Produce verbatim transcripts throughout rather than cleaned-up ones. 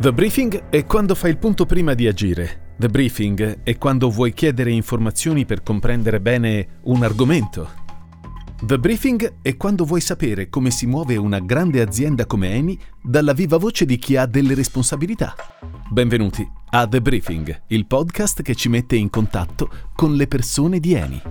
The briefing è quando fai il punto prima di agire. The briefing è quando vuoi chiedere informazioni per comprendere bene un argomento. The briefing è quando vuoi sapere come si muove una grande azienda come Eni dalla viva voce di chi ha delle responsabilità. Benvenuti a The Briefing, il podcast che ci mette in contatto con le persone di Eni.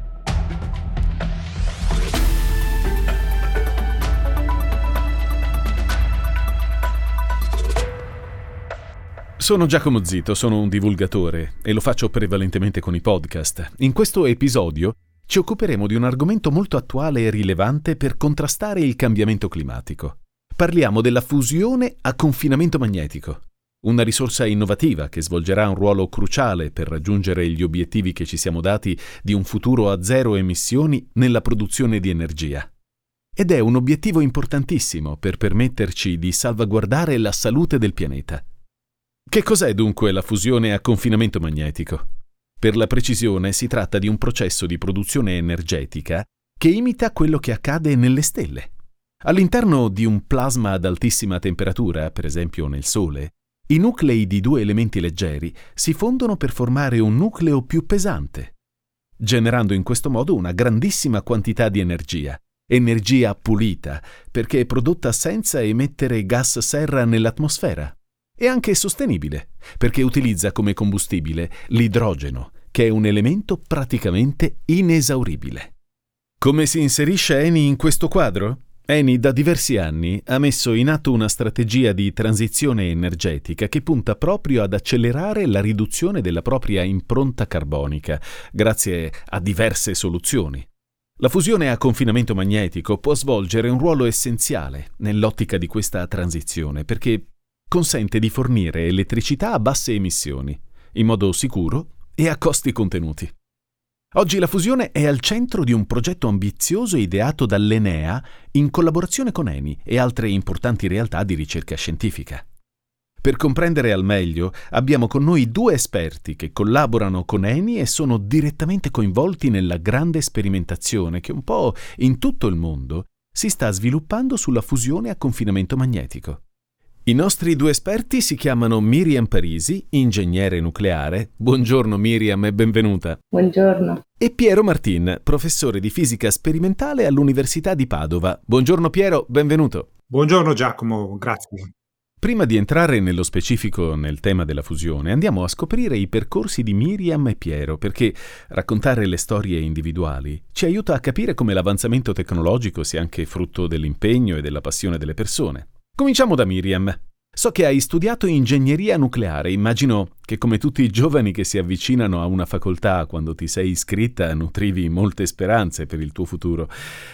Sono Giacomo Zito, sono un divulgatore e lo faccio prevalentemente con i podcast. In questo episodio ci occuperemo di un argomento molto attuale e rilevante per contrastare il cambiamento climatico. Parliamo della fusione a confinamento magnetico, una risorsa innovativa che svolgerà un ruolo cruciale per raggiungere gli obiettivi che ci siamo dati di un futuro a zero emissioni nella produzione di energia. Ed è un obiettivo importantissimo per permetterci di salvaguardare la salute del pianeta. Che cos'è dunque la fusione a confinamento magnetico? Per la precisione si tratta di un processo di produzione energetica che imita quello che accade nelle stelle. All'interno di un plasma ad altissima temperatura, per esempio nel Sole, i nuclei di due elementi leggeri si fondono per formare un nucleo più pesante, generando in questo modo una grandissima quantità di energia, energia pulita, perché è prodotta senza emettere gas serra nell'atmosfera. E anche sostenibile, perché utilizza come combustibile l'idrogeno, che è un elemento praticamente inesauribile. Come si inserisce Eni in questo quadro? Eni da diversi anni ha messo in atto una strategia di transizione energetica che punta proprio ad accelerare la riduzione della propria impronta carbonica, grazie a diverse soluzioni. La fusione a confinamento magnetico può svolgere un ruolo essenziale nell'ottica di questa transizione, perché consente di fornire elettricità a basse emissioni, in modo sicuro e a costi contenuti. Oggi la fusione è al centro di un progetto ambizioso ideato dall'Enea in collaborazione con Eni e altre importanti realtà di ricerca scientifica. Per comprendere al meglio, abbiamo con noi due esperti che collaborano con Eni e sono direttamente coinvolti nella grande sperimentazione che un po' in tutto il mondo si sta sviluppando sulla fusione a confinamento magnetico. I nostri due esperti si chiamano Miriam Parisi, ingegnere nucleare. Buongiorno Miriam e benvenuta. Buongiorno. E Piero Martin, professore di fisica sperimentale all'Università di Padova. Buongiorno Piero, benvenuto. Buongiorno Giacomo, grazie. Prima di entrare nello specifico nel tema della fusione, andiamo a scoprire i percorsi di Miriam e Piero, perché raccontare le storie individuali ci aiuta a capire come l'avanzamento tecnologico sia anche frutto dell'impegno e della passione delle persone. Cominciamo da Miriam. So che hai studiato ingegneria nucleare, immagino che come tutti i giovani che si avvicinano a una facoltà quando ti sei iscritta nutrivi molte speranze per il tuo futuro.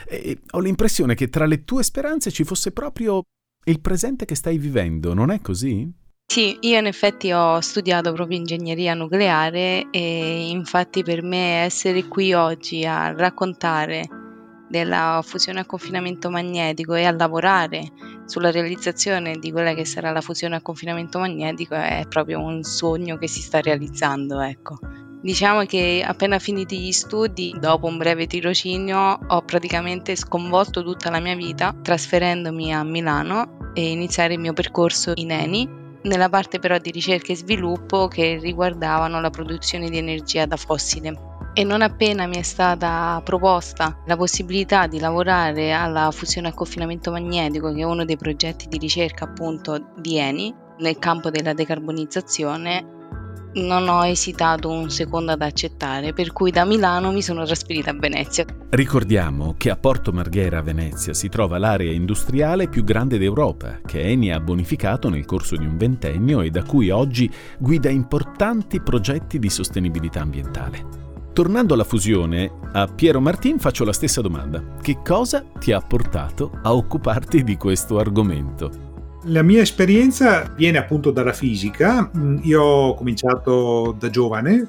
E ho l'impressione che tra le tue speranze ci fosse proprio il presente che stai vivendo, non è così? Sì, io in effetti ho studiato proprio ingegneria nucleare e infatti per me essere qui oggi a raccontare della fusione a confinamento magnetico e a lavorare sulla realizzazione di quella che sarà la fusione a confinamento magnetico è proprio un sogno che si sta realizzando, ecco. Diciamo che appena finiti gli studi, dopo un breve tirocinio, ho praticamente sconvolto tutta la mia vita trasferendomi a Milano e iniziare il mio percorso in Eni, nella parte però di ricerca e sviluppo che riguardavano la produzione di energia da fossile. E non appena mi è stata proposta la possibilità di lavorare alla fusione a confinamento magnetico, che è uno dei progetti di ricerca appunto di Eni nel campo della decarbonizzazione, non ho esitato un secondo ad accettare, per cui da Milano mi sono trasferita a Venezia. Ricordiamo che a Porto Marghera, Venezia, si trova l'area industriale più grande d'Europa, che Eni ha bonificato nel corso di un ventennio e da cui oggi guida importanti progetti di sostenibilità ambientale. Tornando alla fusione, a Piero Martin faccio la stessa domanda. Che cosa ti ha portato a occuparti di questo argomento? La mia esperienza viene appunto dalla fisica. Io ho cominciato da giovane,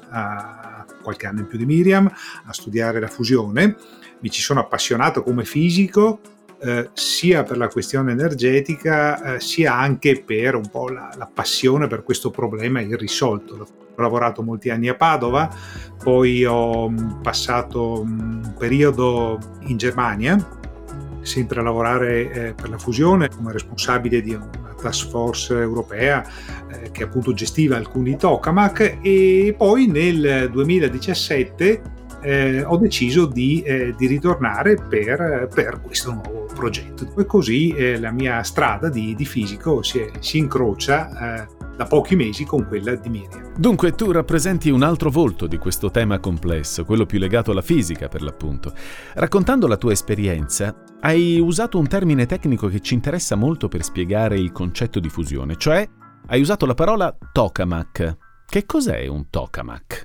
a qualche anno in più di Miriam, a studiare la fusione. Mi ci sono appassionato come fisico, eh, sia per la questione energetica, eh, sia anche per un po' la, la passione per questo problema irrisolto. Ho lavorato molti anni a Padova, poi ho passato un periodo in Germania, sempre a lavorare eh, per la fusione come responsabile di una task force europea eh, che appunto gestiva alcuni tokamak, e poi nel duemiladiciassette eh, ho deciso di, eh, di ritornare per, per questo nuovo progetto. E così eh, la mia strada di, di fisico si, è, si incrocia eh, da pochi mesi con quella di Miriam. Dunque tu rappresenti un altro volto di questo tema complesso, quello più legato alla fisica per l'appunto. Raccontando la tua esperienza, hai usato un termine tecnico che ci interessa molto per spiegare il concetto di fusione, cioè hai usato la parola tokamak. Che cos'è un tokamak?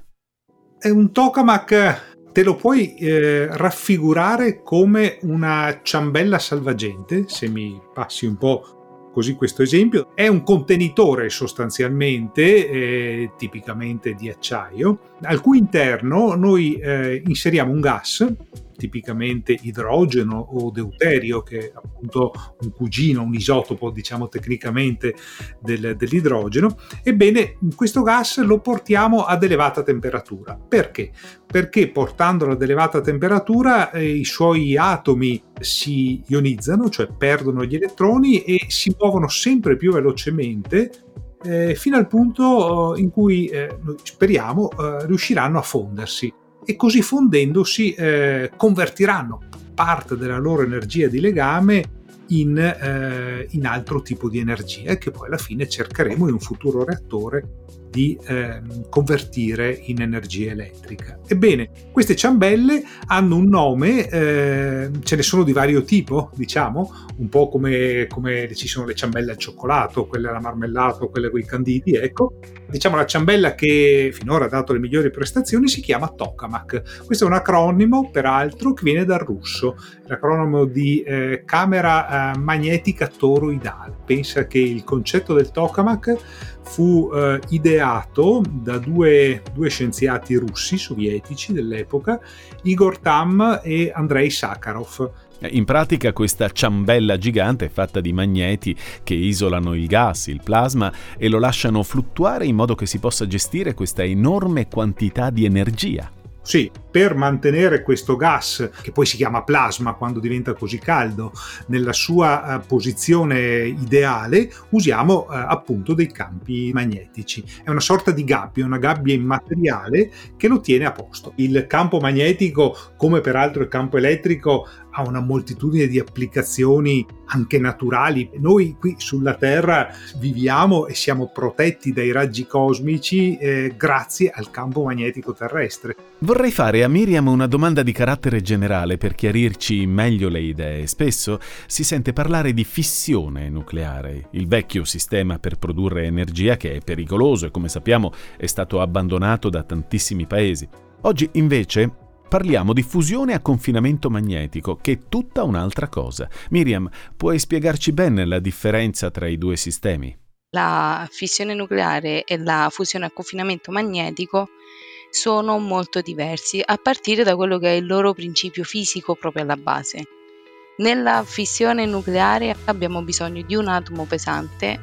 È un tokamak, te lo puoi eh, raffigurare come una ciambella salvagente, se mi passi un po' così questo esempio. È un contenitore sostanzialmente, eh, tipicamente di acciaio, al cui interno noi eh, inseriamo un gas, tipicamente idrogeno o deuterio, che è appunto un cugino, un isotopo, diciamo tecnicamente, del, dell'idrogeno. Ebbene, questo gas lo portiamo ad elevata temperatura. Perché? Perché portandolo ad elevata temperatura eh, i suoi atomi si ionizzano, cioè perdono gli elettroni e si muovono sempre più velocemente eh, fino al punto in cui eh, noi speriamo eh, riusciranno a fondersi. E così fondendosi eh, convertiranno parte della loro energia di legame in, eh, in altro tipo di energia, che poi alla fine cercheremo in un futuro reattore di eh, convertire in energia elettrica. Ebbene, queste ciambelle hanno un nome, eh, ce ne sono di vario tipo, diciamo, un po' come, come ci sono le ciambelle al cioccolato, quelle alla marmellato, quelle con i canditi, ecco. Diciamo la ciambella che finora ha dato le migliori prestazioni si chiama tokamak. Questo è un acronimo, peraltro, che viene dal russo, l'acronimo di eh, camera eh, magnetica toroidale. Pensa che il concetto del tokamak fu eh, ideato da due, due scienziati russi sovietici dell'epoca, Igor Tamm e Andrei Sakharov. In pratica questa ciambella gigante è fatta di magneti che isolano il gas, il plasma, e lo lasciano fluttuare in modo che si possa gestire questa enorme quantità di energia. Sì, per mantenere questo gas, che poi si chiama plasma quando diventa così caldo, nella sua uh, posizione ideale, usiamo uh, appunto dei campi magnetici. È una sorta di gabbia, una gabbia immateriale che lo tiene a posto. Il campo magnetico, come peraltro il campo elettrico, ha una moltitudine di applicazioni anche naturali. Noi qui sulla Terra viviamo e siamo protetti dai raggi cosmici eh, grazie al campo magnetico terrestre. Vorrei fare a Miriam una domanda di carattere generale per chiarirci meglio le idee. Spesso si sente parlare di fissione nucleare, il vecchio sistema per produrre energia che è pericoloso e, come sappiamo, è stato abbandonato da tantissimi paesi. Oggi invece parliamo di fusione a confinamento magnetico, che è tutta un'altra cosa. Miriam, puoi spiegarci bene la differenza tra i due sistemi? La fissione nucleare e la fusione a confinamento magnetico sono molto diversi, a partire da quello che è il loro principio fisico proprio alla base. Nella fissione nucleare abbiamo bisogno di un atomo pesante,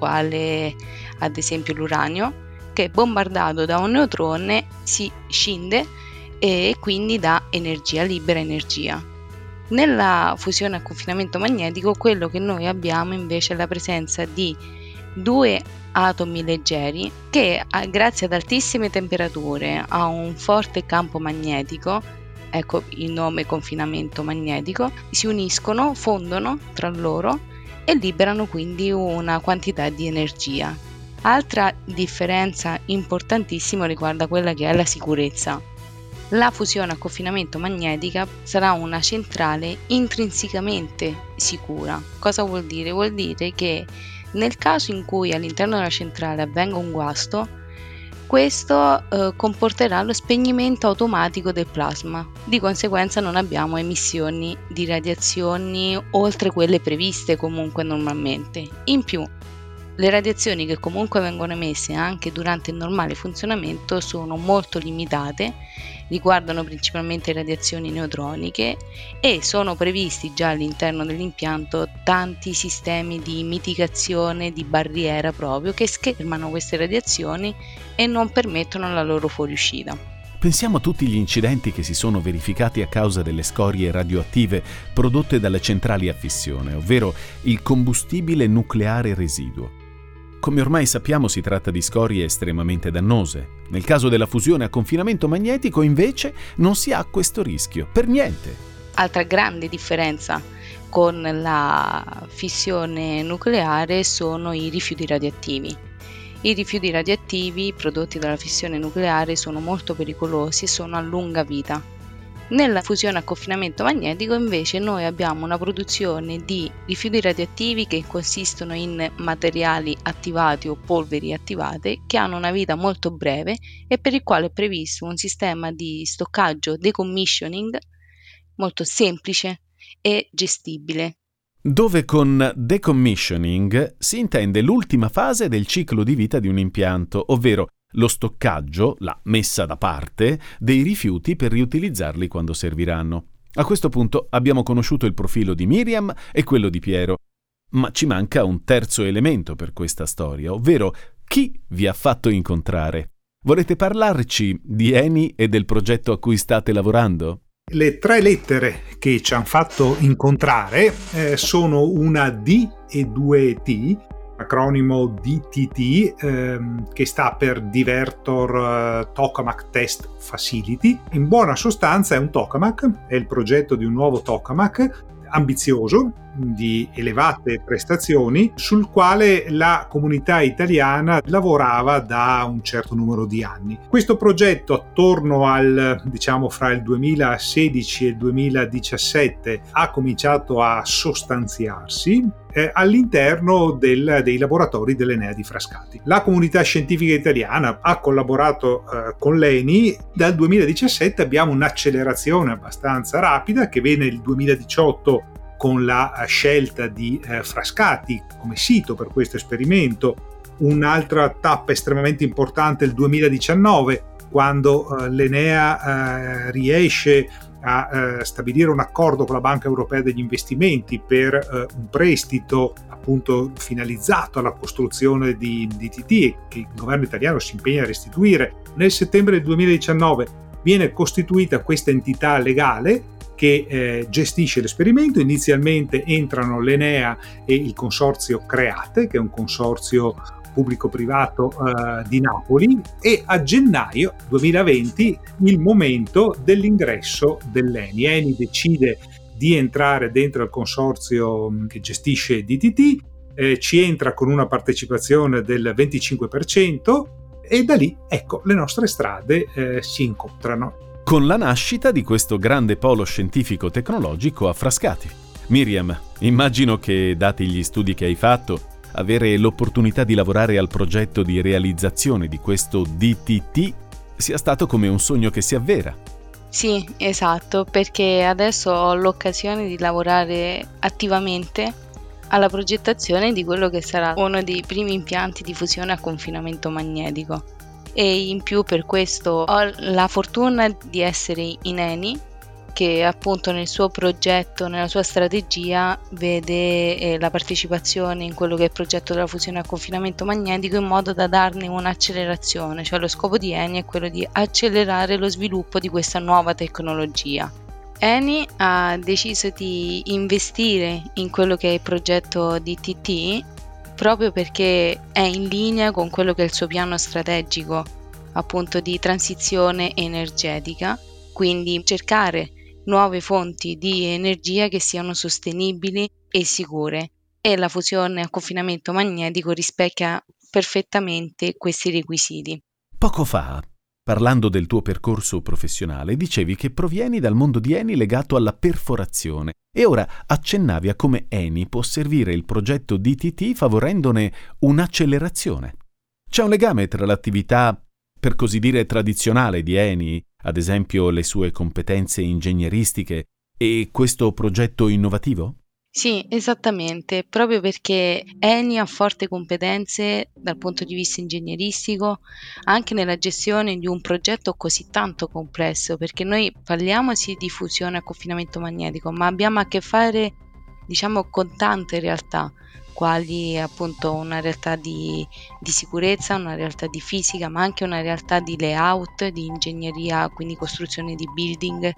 quale ad esempio l'uranio, che bombardato da un neutrone si scinde e quindi dà energia, libera energia. Nella fusione a confinamento magnetico quello che noi abbiamo invece è la presenza di due atomi leggeri che grazie ad altissime temperature, a un forte campo magnetico, ecco il nome confinamento magnetico, si uniscono, fondono tra loro e liberano quindi una quantità di energia. Altra differenza importantissima riguarda quella che è la sicurezza. La fusione a confinamento magnetica sarà una centrale intrinsecamente sicura. Cosa vuol dire? Vuol dire che nel caso in cui all'interno della centrale avvenga un guasto, questo eh, comporterà lo spegnimento automatico del plasma. Di conseguenza non abbiamo emissioni di radiazioni oltre quelle previste comunque normalmente. In più, le radiazioni che comunque vengono emesse anche durante il normale funzionamento sono molto limitate, riguardano principalmente radiazioni neutroniche e sono previsti già all'interno dell'impianto tanti sistemi di mitigazione, di barriera proprio, che schermano queste radiazioni e non permettono la loro fuoriuscita. Pensiamo a tutti gli incidenti che si sono verificati a causa delle scorie radioattive prodotte dalle centrali a fissione, ovvero il combustibile nucleare residuo. Come ormai sappiamo, si tratta di scorie estremamente dannose. Nel caso della fusione a confinamento magnetico, invece, non si ha questo rischio, per niente. Altra grande differenza con la fissione nucleare sono i rifiuti radioattivi. I rifiuti radioattivi prodotti dalla fissione nucleare sono molto pericolosi e sono a lunga vita. Nella fusione a confinamento magnetico invece noi abbiamo una produzione di rifiuti radioattivi che consistono in materiali attivati o polveri attivate che hanno una vita molto breve e per il quale è previsto un sistema di stoccaggio decommissioning molto semplice e gestibile. Dove con decommissioning si intende l'ultima fase del ciclo di vita di un impianto, ovvero lo stoccaggio, la messa da parte, dei rifiuti per riutilizzarli quando serviranno. A questo punto abbiamo conosciuto il profilo di Miriam e quello di Piero, ma ci manca un terzo elemento per questa storia, ovvero chi vi ha fatto incontrare. Volete parlarci di Eni e del progetto a cui state lavorando? Le tre lettere che ci hanno fatto incontrare eh, sono una D e due T, acronimo D T T, ehm, che sta per Divertor uh, Tokamak Test Facility. In buona sostanza è un tokamak, è il progetto di un nuovo tokamak ambizioso, di elevate prestazioni, sul quale la comunità italiana lavorava da un certo numero di anni. Questo progetto, attorno al, diciamo, fra il duemilasedici e il duemiladiciassette, ha cominciato a sostanziarsi eh, all'interno del, dei laboratori dell'Enea di Frascati. La comunità scientifica italiana ha collaborato eh, con l'Eni. Dal duemiladiciassette abbiamo un'accelerazione abbastanza rapida che viene il duemiladiciotto con la scelta di eh, Frascati come sito per questo esperimento. Un'altra tappa estremamente importante è il duemiladiciannove, quando eh, l'Enea eh, riesce a eh, stabilire un accordo con la Banca Europea degli Investimenti per eh, un prestito appunto finalizzato alla costruzione di D T T che il governo italiano si impegna a restituire. Nel settembre del duemiladiciannove viene costituita questa entità legale che eh, gestisce l'esperimento. Inizialmente entrano l'Enea e il consorzio CREATE, che è un consorzio pubblico-privato eh, di Napoli, e a gennaio duemilaventi il momento dell'ingresso dell'Eni. Eni decide di entrare dentro il consorzio che gestisce D T T, eh, ci entra con una partecipazione del venticinque per cento e da lì, ecco, le nostre strade eh, si incontrano. Con la nascita di questo grande polo scientifico-tecnologico a Frascati. Miriam, immagino che, dati gli studi che hai fatto, avere l'opportunità di lavorare al progetto di realizzazione di questo D T T sia stato come un sogno che si avvera. Sì, esatto, perché adesso ho l'occasione di lavorare attivamente alla progettazione di quello che sarà uno dei primi impianti di fusione a confinamento magnetico. E in più per questo ho la fortuna di essere in Eni, che appunto nel suo progetto, nella sua strategia, vede eh, la partecipazione in quello che è il progetto della fusione a confinamento magnetico in modo da darne un'accelerazione, cioè lo scopo di Eni è quello di accelerare lo sviluppo di questa nuova tecnologia. Eni ha deciso di investire in quello che è il progetto D T T proprio perché è in linea con quello che è il suo piano strategico appunto di transizione energetica, quindi cercare nuove fonti di energia che siano sostenibili e sicure, e la fusione a confinamento magnetico rispecchia perfettamente questi requisiti. Poco fa, parlando del tuo percorso professionale, dicevi che provieni dal mondo di Eni legato alla perforazione e ora accennavi a come Eni può servire il progetto D T T favorendone un'accelerazione. C'è un legame tra l'attività, per così dire, tradizionale di Eni, ad esempio le sue competenze ingegneristiche, e questo progetto innovativo? Sì, esattamente, proprio perché Eni ha forti competenze dal punto di vista ingegneristico anche nella gestione di un progetto così tanto complesso, perché noi parliamo sì di fusione a confinamento magnetico, ma abbiamo a che fare, diciamo, con tante realtà, quali appunto una realtà di, di sicurezza, una realtà di fisica, ma anche una realtà di layout, di ingegneria, quindi costruzione di building,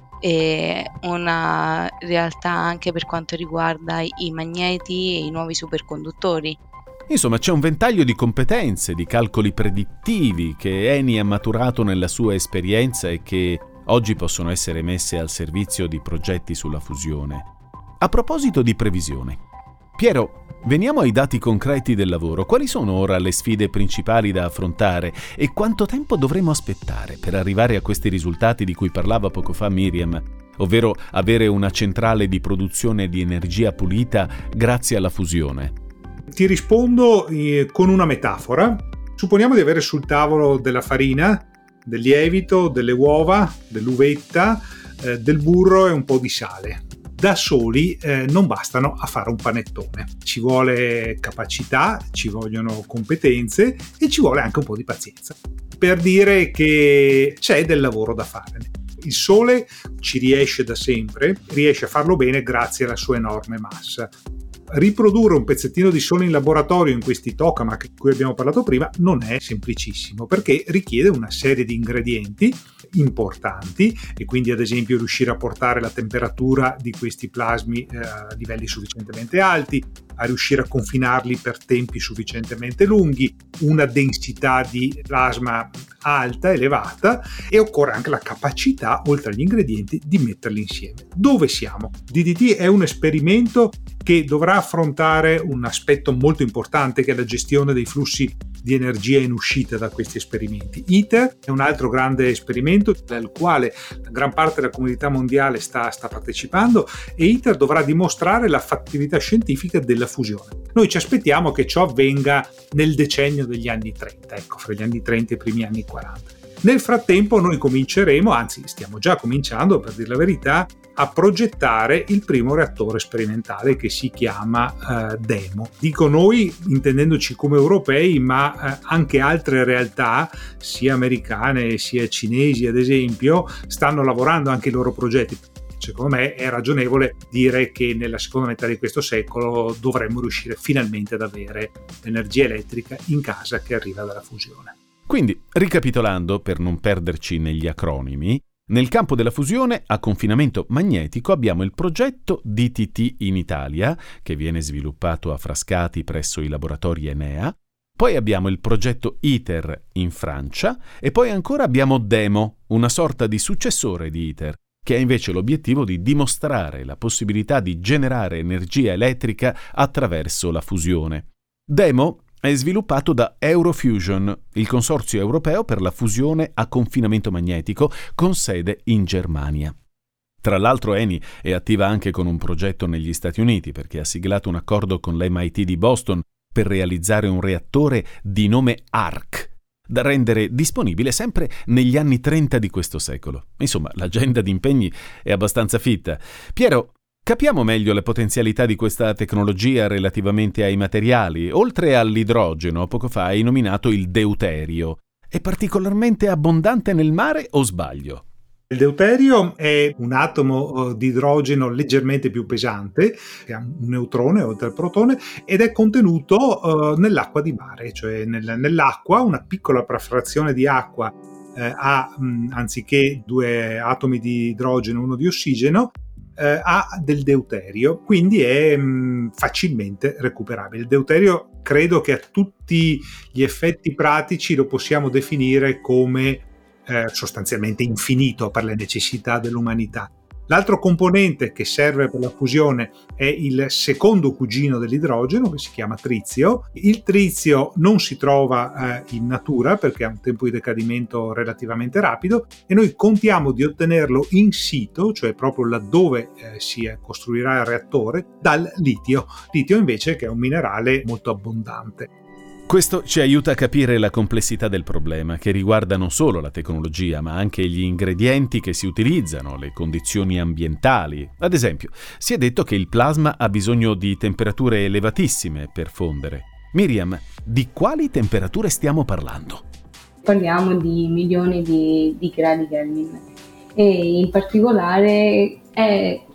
e una realtà anche per quanto riguarda i magneti e i nuovi superconduttori. Insomma, c'è un ventaglio di competenze, di calcoli predittivi che Eni ha maturato nella sua esperienza e che oggi possono essere messe al servizio di progetti sulla fusione. A proposito di previsione, Piero, veniamo ai dati concreti del lavoro. Quali sono ora le sfide principali da affrontare e quanto tempo dovremo aspettare per arrivare a questi risultati di cui parlava poco fa Miriam, ovvero avere una centrale di produzione di energia pulita grazie alla fusione? Ti rispondo eh, con una metafora. Supponiamo di avere sul tavolo della farina, del lievito, delle uova, dell'uvetta, eh, del burro e un po' di sale. Da soli eh, non bastano a fare un panettone. Ci vuole capacità, ci vogliono competenze e ci vuole anche un po' di pazienza. Per dire che c'è del lavoro da fare. Il sole ci riesce da sempre, riesce a farlo bene grazie alla sua enorme massa. Riprodurre un pezzettino di sole in laboratorio in questi tokamak di cui abbiamo parlato prima non è semplicissimo, perché richiede una serie di ingredienti importanti e quindi ad esempio riuscire a portare la temperatura di questi plasmi eh, a livelli sufficientemente alti, a riuscire a confinarli per tempi sufficientemente lunghi, una densità di plasma alta, elevata, e occorre anche la capacità, oltre agli ingredienti, di metterli insieme. Dove siamo? D D T è un esperimento che dovrà affrontare un aspetto molto importante, che è la gestione dei flussi di energia in uscita da questi esperimenti. ITER è un altro grande esperimento al quale gran parte della comunità mondiale sta, sta partecipando, e ITER dovrà dimostrare la fattibilità scientifica della fusione. Noi ci aspettiamo che ciò avvenga nel decennio degli anni trenta, ecco, fra gli anni trenta e i primi anni quaranta. Nel frattempo noi cominceremo, anzi stiamo già cominciando per dire la verità, a progettare il primo reattore sperimentale che si chiama eh, DEMO. Dico noi intendendoci come europei, ma eh, anche altre realtà, sia americane sia cinesi ad esempio, stanno lavorando anche ai loro progetti. Secondo me è ragionevole dire che nella seconda metà di questo secolo dovremmo riuscire finalmente ad avere l'energia elettrica in casa che arriva dalla fusione. Quindi, ricapitolando, per non perderci negli acronimi, nel campo della fusione a confinamento magnetico abbiamo il progetto D T T in Italia, che viene sviluppato a Frascati presso i laboratori Enea, poi abbiamo il progetto ITER in Francia e poi ancora abbiamo DEMO, una sorta di successore di ITER, che ha invece l'obiettivo di dimostrare la possibilità di generare energia elettrica attraverso la fusione. DEMO è sviluppato da Eurofusion, il consorzio europeo per la fusione a confinamento magnetico con sede in Germania. Tra l'altro Eni è attiva anche con un progetto negli Stati Uniti, perché ha siglato un accordo con l'M I T di Boston per realizzare un reattore di nome ARC, da rendere disponibile sempre negli anni trenta di questo secolo. Insomma, l'agenda di impegni è abbastanza fitta. Piero, capiamo meglio le potenzialità di questa tecnologia relativamente ai materiali. Oltre all'idrogeno, poco fa hai nominato il deuterio. È particolarmente abbondante nel mare o sbaglio? Il deuterio è un atomo di idrogeno leggermente più pesante, che ha un neutrone oltre al protone, ed è contenuto uh, nell'acqua di mare, cioè nel, nell'acqua una piccola frazione di acqua eh, ha, mh, anziché due atomi di idrogeno e uno di ossigeno, eh, ha del deuterio, quindi è mh, facilmente recuperabile. Il deuterio credo che a tutti gli effetti pratici lo possiamo definire come Eh, sostanzialmente infinito per le necessità dell'umanità. L'altro componente che serve per la fusione è il secondo cugino dell'idrogeno, che si chiama trizio. Il trizio non si trova eh, in natura perché ha un tempo di decadimento relativamente rapido, e noi contiamo di ottenerlo in situ, cioè proprio laddove eh, si costruirà il reattore, dal litio. Litio invece che è un minerale molto abbondante. Questo ci aiuta a capire la complessità del problema, che riguarda non solo la tecnologia, ma anche gli ingredienti che si utilizzano, le condizioni ambientali. Ad esempio, si è detto che il plasma ha bisogno di temperature elevatissime per fondere. Miriam, di quali temperature stiamo parlando? Parliamo di milioni di, di gradi Kelvin, e in particolare è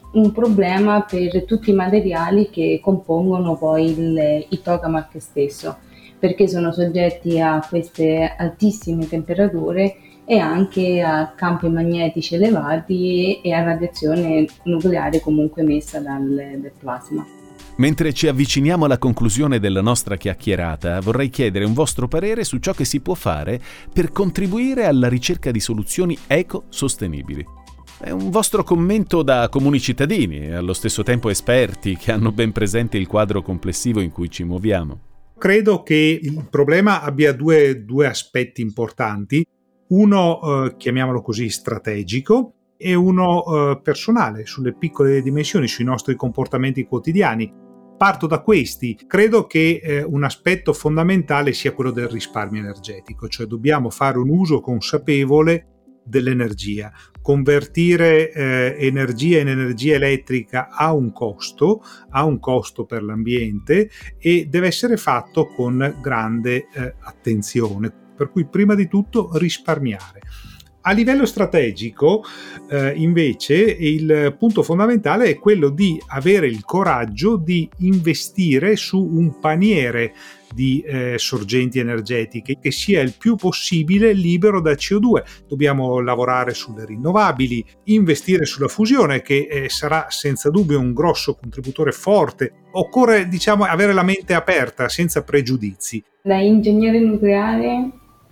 un problema per tutti i materiali che compongono poi il, il tokamak stesso, perché sono soggetti a queste altissime temperature e anche a campi magnetici elevati e a radiazione nucleare comunque emessa dal, dal plasma. Mentre ci avviciniamo alla conclusione della nostra chiacchierata, vorrei chiedere un vostro parere su ciò che si può fare per contribuire alla ricerca di soluzioni eco-sostenibili. È un vostro commento da comuni cittadini e allo stesso tempo esperti che hanno ben presente il quadro complessivo in cui ci muoviamo. Credo che il problema abbia due, due aspetti importanti. Uno, eh, chiamiamolo così, strategico, e uno eh, personale, sulle piccole dimensioni, sui nostri comportamenti quotidiani. Parto da questi. Credo che eh, un aspetto fondamentale sia quello del risparmio energetico, cioè dobbiamo fare un uso consapevole dell'energia. Convertire eh, energia in energia elettrica ha un costo, ha un costo per l'ambiente e deve essere fatto con grande eh, attenzione. Per cui prima di tutto risparmiare. A livello strategico, eh, invece, il punto fondamentale è quello di avere il coraggio di investire su un paniere di eh, sorgenti energetiche che sia il più possibile libero da C O due. Dobbiamo lavorare sulle rinnovabili, investire sulla fusione, che eh, sarà senza dubbio un grosso contributore forte. Occorre, diciamo, avere la mente aperta, senza pregiudizi. Da ingegnere nucleare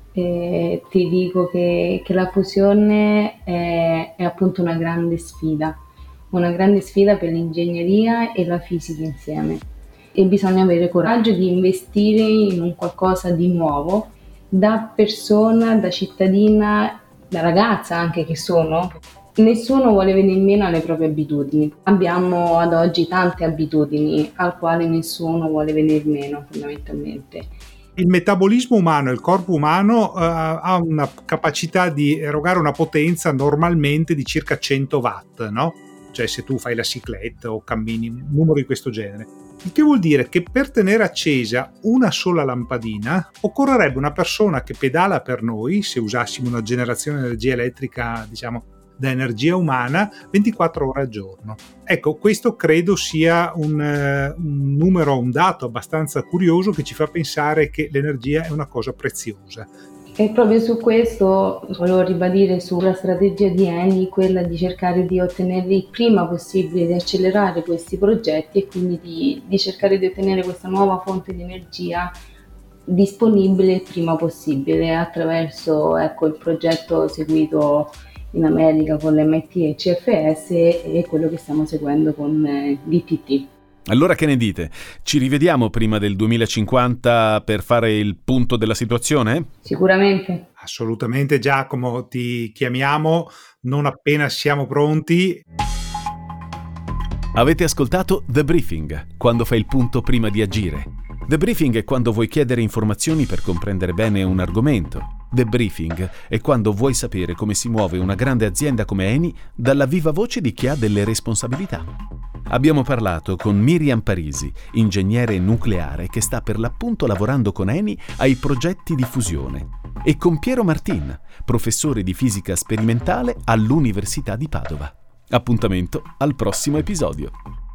Eh, ti dico che, che la fusione è, è appunto una grande sfida, una grande sfida per l'ingegneria e la fisica insieme, e bisogna avere coraggio di investire in un qualcosa di nuovo, da persona, da cittadina, da ragazza anche che sono. Nessuno vuole venire meno alle proprie abitudini. Abbiamo ad oggi tante abitudini al quale nessuno vuole venire meno, fondamentalmente. Il metabolismo umano, il corpo umano uh, ha una capacità di erogare una potenza normalmente di circa cento watt, no? Cioè se tu fai la cicletta o cammini, un numero di questo genere. Il che vuol dire che per tenere accesa una sola lampadina occorrerebbe una persona che pedala per noi, se usassimo una generazione di energia elettrica, diciamo, da energia umana, ventiquattro ore al giorno. Ecco, questo credo sia un, uh, un numero, un dato abbastanza curioso che ci fa pensare che l'energia è una cosa preziosa. E proprio su questo volevo ribadire sulla strategia di Eni, quella di cercare di ottenere il prima possibile, di accelerare questi progetti e quindi di, di cercare di ottenere questa nuova fonte di energia disponibile il prima possibile attraverso, ecco, il progetto seguito in America con l'M I T e C F S e quello che stiamo seguendo con l'I T T. Allora che ne dite? Ci rivediamo prima del duemilacinquanta per fare il punto della situazione? Sicuramente. Assolutamente, Giacomo, ti chiamiamo non appena siamo pronti. Avete ascoltato The Briefing, quando fai il punto prima di agire. The Briefing è quando vuoi chiedere informazioni per comprendere bene un argomento. The Briefing è quando vuoi sapere come si muove una grande azienda come Eni dalla viva voce di chi ha delle responsabilità. Abbiamo parlato con Miriam Parisi, ingegnere nucleare che sta per l'appunto lavorando con Eni ai progetti di fusione, e con Piero Martin, professore di fisica sperimentale all'Università di Padova. Appuntamento al prossimo episodio.